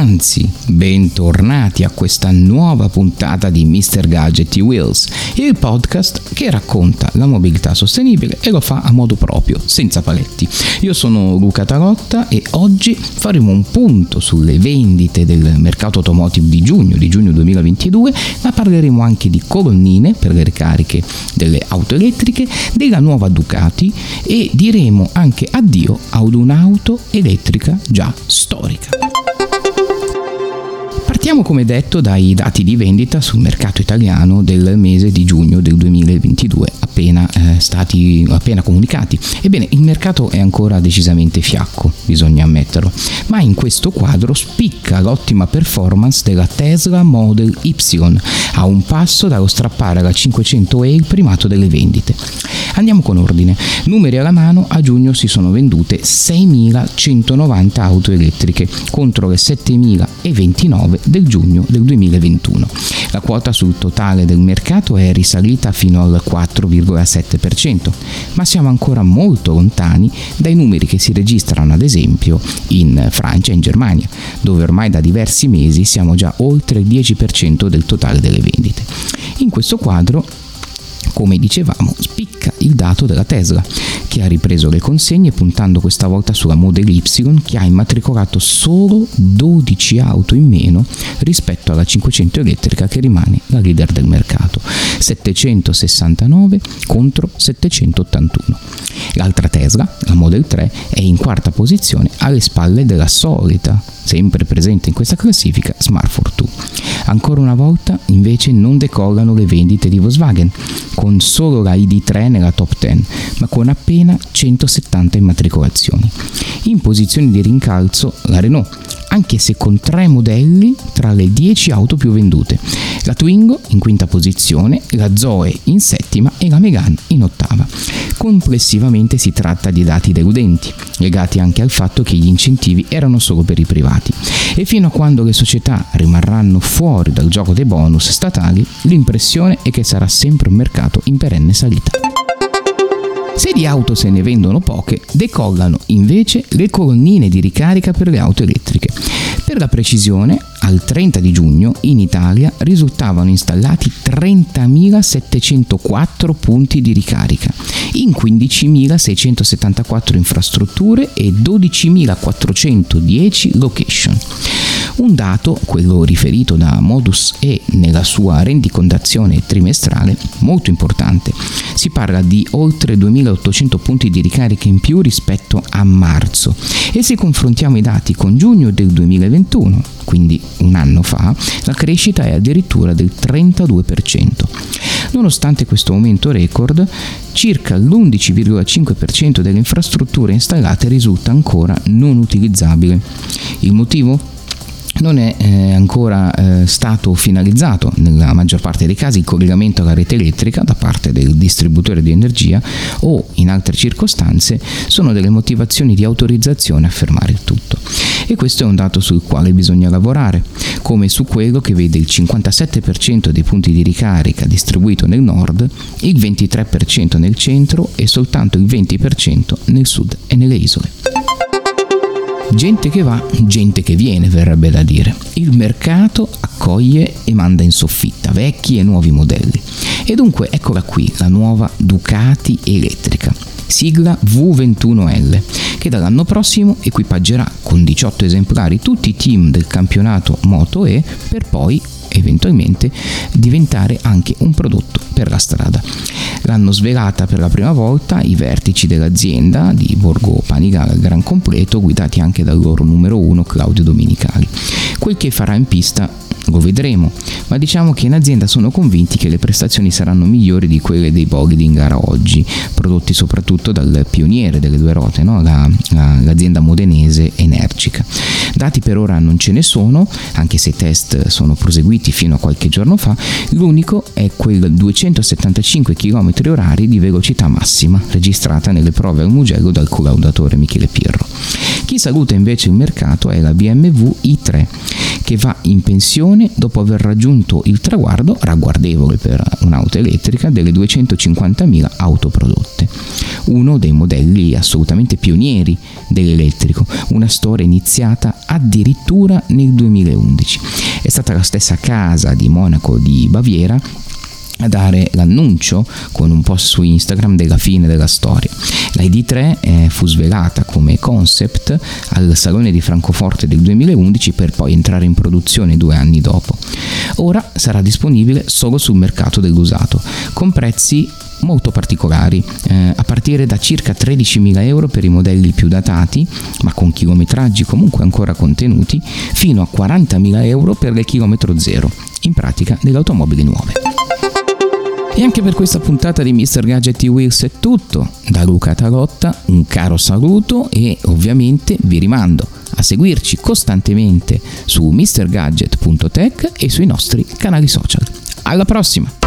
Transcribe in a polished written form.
anzi, bentornati a questa nuova puntata di Mr. Gadget Wheels, il podcast che racconta la mobilità sostenibile e lo fa a modo proprio, senza paletti. Io sono Luca Tarotta e oggi faremo un punto sulle vendite del mercato automotive di giugno 2022, ma parleremo anche di colonnine per le ricariche delle auto elettriche, della nuova Ducati e diremo anche addio ad un'auto elettrica già storica. Partiamo come detto dai dati di vendita sul mercato italiano del mese di giugno del 2022, appena comunicati. Ebbene, il mercato è ancora decisamente fiacco, bisogna ammetterlo, ma in questo quadro spicca l'ottima performance della Tesla Model Y, a un passo dallo strappare alla 500e il primato delle vendite. Andiamo con ordine. Numeri alla mano, a giugno si sono vendute 6.190 auto elettriche contro le 7.029 del giugno del 2021. La quota sul totale del mercato è risalita fino al 4,7%, ma siamo ancora molto lontani dai numeri che si registrano ad esempio in Francia e in Germania, dove ormai da diversi mesi siamo già oltre il 10% del totale delle vendite. In questo quadro, come dicevamo, spicca il dato della Tesla, che ha ripreso le consegne puntando questa volta sulla Model Y, che ha immatricolato solo 12 auto in meno rispetto alla 500 elettrica, che rimane la leader del mercato, 769 contro 781. L'altra Tesla, la Model 3, è in quarta posizione alle spalle della solita, sempre presente in questa classifica, Smart Fortwo. Ancora una volta invece non decollano le vendite di Volkswagen, con solo la ID3 nella top 10, ma con appena 170 immatricolazioni. In posizione di rincalzo la Renault, anche se con 3 modelli tra le 10 auto più vendute, la Twingo in quinta posizione, la Zoe in settima e la Megane in ottava. Complessivamente si tratta di dati deludenti, legati anche al fatto che gli incentivi erano solo per i privati, e fino a quando le società rimarranno fuori dal gioco dei bonus statali, l'impressione è che sarà sempre un mercato in perenne salita. Se di auto se ne vendono poche, decollano invece le colonnine di ricarica per le auto elettriche. Per la precisione, al 30 di giugno in Italia risultavano installati 30.704 punti di ricarica in 15.674 infrastrutture e 12.410 location. Un dato, quello riferito da Modus E nella sua rendicontazione trimestrale, molto importante. Si parla di oltre 2.800 punti di ricarica in più rispetto a marzo, e se confrontiamo i dati con giugno del 2021, quindi un anno fa, la crescita è addirittura del 32%. Nonostante questo aumento record, circa l'11,5% delle infrastrutture installate risulta ancora non utilizzabile. Il motivo? Non è ancora stato finalizzato nella maggior parte dei casi il collegamento alla rete elettrica da parte del distributore di energia, o in altre circostanze sono delle motivazioni di autorizzazione a fermare il tutto. E questo è un dato sul quale bisogna lavorare, come su quello che vede il 57% dei punti di ricarica distribuito nel nord, il 23% nel centro e soltanto il 20% nel sud e nelle isole. Gente che va, gente che viene, verrebbe da dire. Il mercato accoglie e manda in soffitta vecchi e nuovi modelli. E dunque eccola qui, la nuova Ducati elettrica, sigla V21L, che dall'anno prossimo equipaggerà con 18 esemplari tutti i team del campionato Moto E, per poi eventualmente diventare anche un prodotto per la strada. L'hanno svelata per la prima volta i vertici dell'azienda di Borgo Panigale al gran completo, guidati anche dal loro numero 1 Claudio Domenicali. Quel che farà in pista lo vedremo, ma diciamo che in azienda sono convinti che le prestazioni saranno migliori di quelle dei bolidi in gara oggi, prodotti soprattutto dal pioniere delle due ruote, no? L'azienda modenese Energica. Dati per ora non ce ne sono, anche se i test sono proseguiti fino a qualche giorno fa. L'unico è quel 275 km/h di velocità massima registrata nelle prove al Mugello dal collaudatore Michele Pirro. Chi saluta invece il mercato è la BMW i3, che va in pensione dopo aver raggiunto il traguardo, ragguardevole per un'auto elettrica, delle 250.000 auto prodotte. Uno dei modelli assolutamente pionieri dell'elettrico, una storia iniziata addirittura nel 2011. È stata la stessa casa di Monaco di Baviera a dare l'annuncio con un post su Instagram della fine della storia. La ID3 fu svelata come concept al Salone di Francoforte del 2011 per poi entrare in produzione 2 anni dopo. Ora sarà disponibile solo sul mercato dell'usato, con prezzi molto particolari, a partire da circa 13.000 euro per i modelli più datati, ma con chilometraggi comunque ancora contenuti, fino a 40.000 euro per le chilometro zero, in pratica delle automobili nuove. E anche per questa puntata di Mr. Gadget Wheels è tutto. Da Luca Tarotta un caro saluto e ovviamente vi rimando a seguirci costantemente su mrgadget.tech e sui nostri canali social. Alla prossima!